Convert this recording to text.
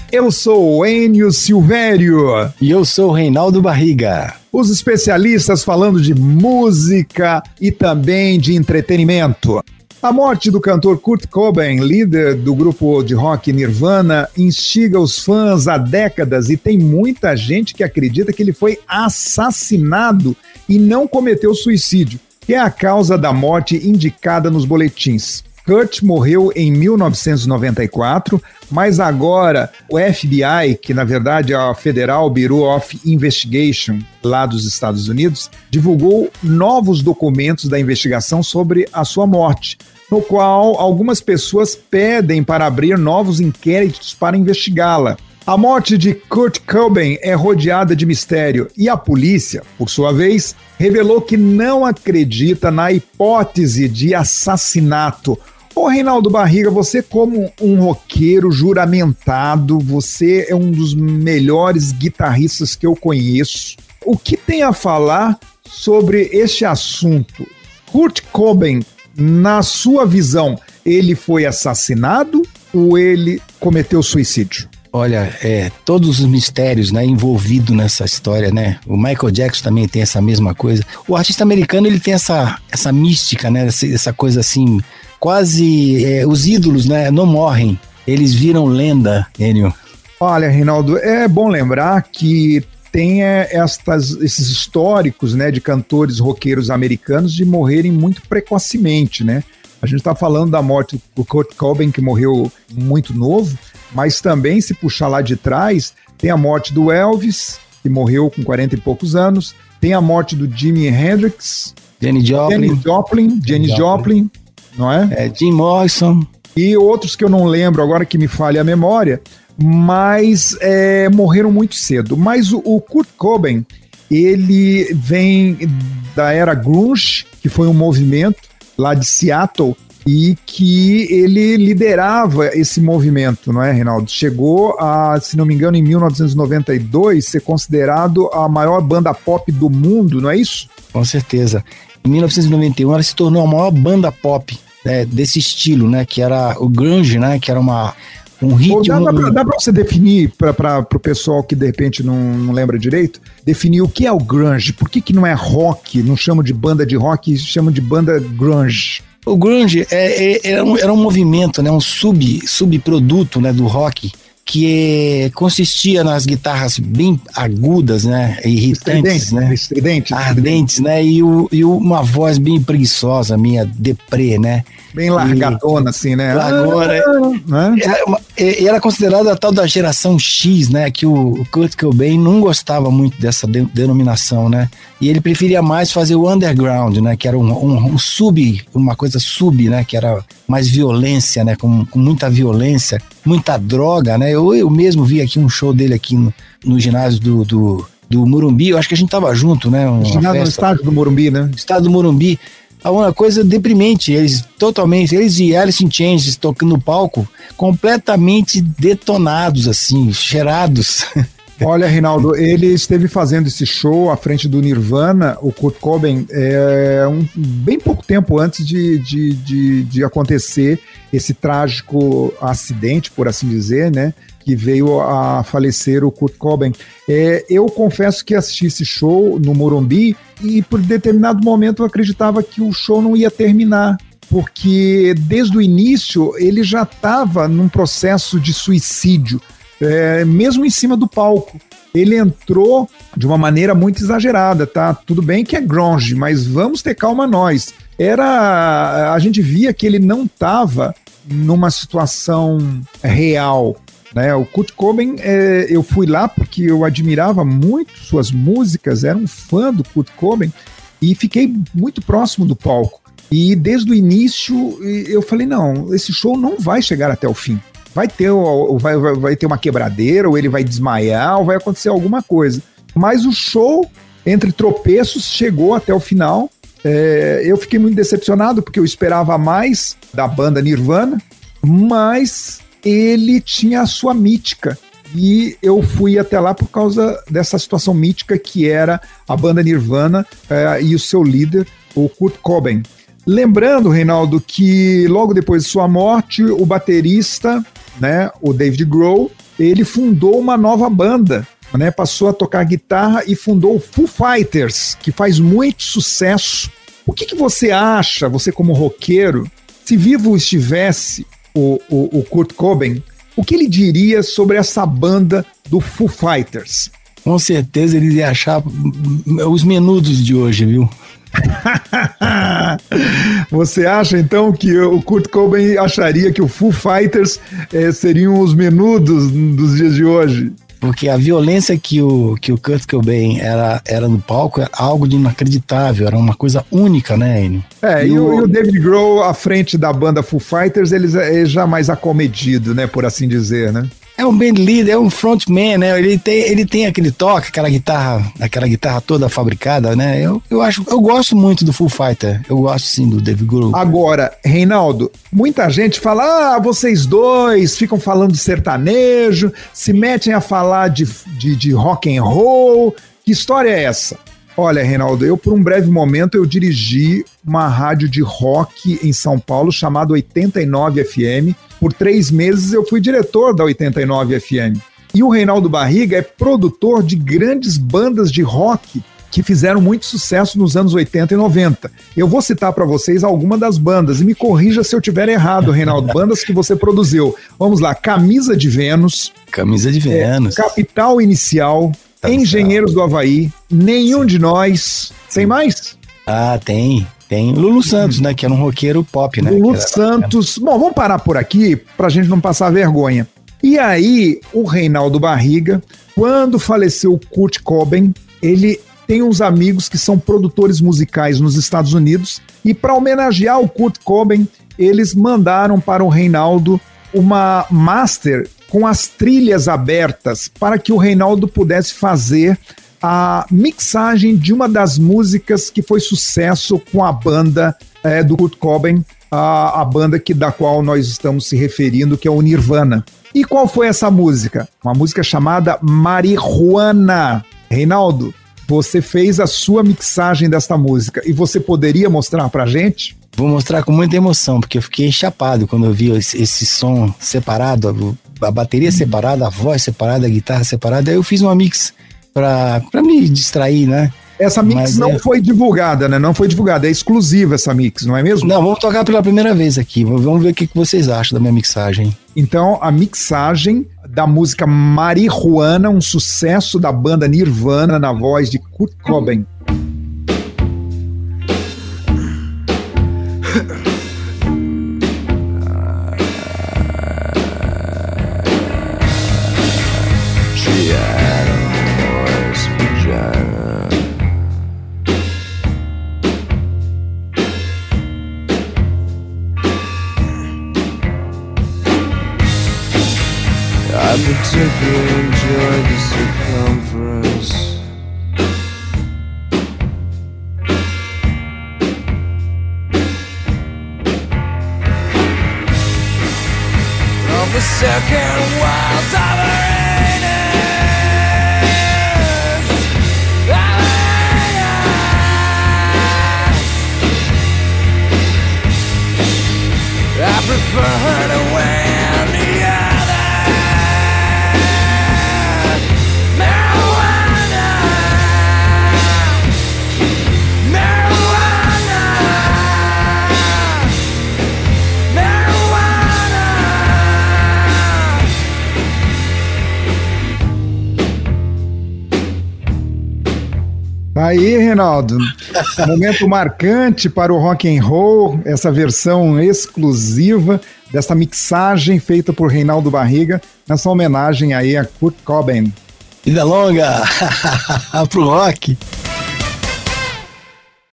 Eu sou o Enio Silvério. E eu sou o Reinaldo Barriga. Os especialistas falando de música e também de entretenimento. A morte do cantor Kurt Cobain, líder do grupo de rock Nirvana, instiga os fãs há décadas e tem muita gente que acredita que ele foi assassinado e não cometeu suicídio, que é a causa da morte indicada nos boletins. Kurt morreu em 1994, mas agora o FBI, que na verdade é a Federal Bureau of Investigation, lá dos Estados Unidos, divulgou novos documentos da investigação sobre a sua morte, no qual algumas pessoas pedem para abrir novos inquéritos para investigá-la. A morte de Kurt Cobain é rodeada de mistério e a polícia, por sua vez, revelou que não acredita na hipótese de assassinato. Ô Reinaldo Barriga, você como um roqueiro juramentado, você é um dos melhores guitarristas que eu conheço. O que tem a falar sobre este assunto? Kurt Cobain, na sua visão, ele foi assassinado ou ele cometeu suicídio? Olha, todos os mistérios, né, envolvidos nessa história, né? O Michael Jackson também tem essa mesma coisa. O artista americano, ele tem essa mística, né? Essa coisa assim, quase os ídolos, né, não morrem, eles viram lenda, Enio. Olha, Reinaldo, é bom lembrar que tem esses históricos, né, de cantores roqueiros americanos de morrerem muito precocemente, né? A gente está falando da morte do Kurt Cobain, que morreu muito novo, mas também, se puxar lá de trás, tem a morte do Elvis, que morreu com 40 e poucos anos, tem a morte do Jimi Hendrix, Janis Joplin, não é? Jim Morrison. E outros que eu não lembro agora, que me falha a memória, mas morreram muito cedo. Mas o Kurt Cobain, ele vem da era grunge, que foi um movimento lá de Seattle, e que ele liderava esse movimento, não é, Reinaldo? Chegou a, se não me engano, em 1992, ser considerado a maior banda pop do mundo, não é isso? Com certeza. Em 1991, ela se tornou a maior banda pop desse estilo, né? Que era o grunge, né? Que era um ritmo... Dá pra você definir, para o pessoal que de repente não lembra direito, definir o que é o grunge? Por que não é rock? Não chamam de banda de rock, chamam de banda grunge? O grunge era um movimento, né, um subproduto, né, do rock, que consistia nas guitarras bem agudas, né, irritantes, ardentes, né, e uma voz bem preguiçosa, minha deprê, né. Bem largadona, assim, né? Largona. Era considerada a tal da geração X, né? Que o Kurt Cobain não gostava muito dessa denominação, né? E ele preferia mais fazer o underground, né? Que era uma coisa sub, né? Que era mais violência, né? Com muita violência, muita droga, né? Eu mesmo vi aqui um show dele aqui no ginásio do Morumbi. Eu acho que a gente tava junto, né? No estádio do Morumbi, né? Estádio do Morumbi. Uma coisa deprimente, eles e Alice in Chains tocando no palco, completamente detonados, assim, cheirados. Olha, Reinaldo, ele esteve fazendo esse show à frente do Nirvana, o Kurt Cobain, bem pouco tempo antes de acontecer esse trágico acidente, por assim dizer, né? Que veio a falecer o Kurt Cobain. Eu confesso que assisti esse show no Morumbi e por determinado momento eu acreditava que o show não ia terminar, porque desde o início ele já estava num processo de suicídio, mesmo em cima do palco. Ele entrou de uma maneira muito exagerada, tá? Tudo bem que é grunge, mas vamos ter calma nós. A gente via que ele não estava numa situação real, né? O Kurt Cobain, eu fui lá porque eu admirava muito suas músicas, era um fã do Kurt Cobain e fiquei muito próximo do palco. E desde o início eu falei, não, esse show não vai chegar até o fim. Vai ter uma quebradeira, ou ele vai desmaiar, ou vai acontecer alguma coisa. Mas o show, entre tropeços, chegou até o final. Eu fiquei muito decepcionado porque eu esperava mais da banda Nirvana, mas ele tinha a sua mítica. E eu fui até lá por causa dessa situação mítica que era a banda Nirvana e o seu líder, o Kurt Cobain. Lembrando, Reinaldo, que logo depois de sua morte, o baterista, né, o Dave Grohl, ele fundou uma nova banda, né? Passou a tocar guitarra e fundou o Foo Fighters, que faz muito sucesso. O que você acha, você como roqueiro, se vivo estivesse o Kurt Cobain, o que ele diria sobre essa banda do Foo Fighters? Com certeza ele ia achar os menudos de hoje, viu? Você acha então que o Kurt Cobain acharia que o Foo Fighters seriam os menudos dos dias de hoje? Porque a violência que o Kurt Cobain era no palco era algo de inacreditável, era uma coisa única, né, Enio? E o David Grohl à frente da banda Foo Fighters, ele já mais acomedido, né, por assim dizer, né? É um band leader, é um frontman, né? Ele tem aquele toque, aquela guitarra toda fabricada, né? Eu gosto muito do Foo Fighter. Eu gosto sim do David Grohl. Agora, Reinaldo, muita gente fala: vocês dois ficam falando de sertanejo, se metem a falar de rock and roll. Que história é essa? Olha, Reinaldo, eu por um breve momento eu dirigi uma rádio de rock em São Paulo chamada 89 FM. Por 3 meses eu fui diretor da 89 FM. E o Reinaldo Barriga é produtor de grandes bandas de rock que fizeram muito sucesso nos anos 80 e 90. Eu vou citar para vocês algumas das bandas e me corrija se eu tiver errado, Reinaldo. Bandas que você produziu. Vamos lá: Camisa de Vênus. Capital Inicial. Engenheiros do Havaí. Nenhum de Nós. Tem mais? Tem Lulu Santos, né? Que era um roqueiro pop, né? Lulu Santos. Bom, vamos parar por aqui pra gente não passar vergonha. E aí, o Reinaldo Barriga, quando faleceu o Kurt Cobain, ele tem uns amigos que são produtores musicais nos Estados Unidos e para homenagear o Kurt Cobain, eles mandaram para o Reinaldo uma master com as trilhas abertas para que o Reinaldo pudesse fazer a mixagem de uma das músicas que foi sucesso com a banda do Kurt Cobain, a banda da qual nós estamos se referindo, que é o Nirvana. E qual foi essa música? Uma música chamada Marihuana. Reinaldo, você fez a sua mixagem desta música e você poderia mostrar pra gente? Vou mostrar com muita emoção, porque eu fiquei chapado quando eu vi esse som separado, a bateria separada, a voz separada, a guitarra separada. Aí eu fiz uma mix pra me distrair, né? Essa mix não foi divulgada, né? Não foi divulgada, é exclusiva essa mix, não é mesmo? Não, vamos tocar pela primeira vez aqui. Vamos ver o que vocês acham da minha mixagem. Então, a mixagem da música Marihuana, um sucesso da banda Nirvana, na voz de Kurt Cobain. I particularly enjoy the circumference. Of the second world sovereignty. I prefer her to win the other. Marijuana, marijuana, marijuana. Aí, Reinaldo, momento marcante para o rock and roll, essa versão exclusiva dessa mixagem feita por Reinaldo Barriga, nessa homenagem aí a Kurt Cobain. Vida longa pro rock.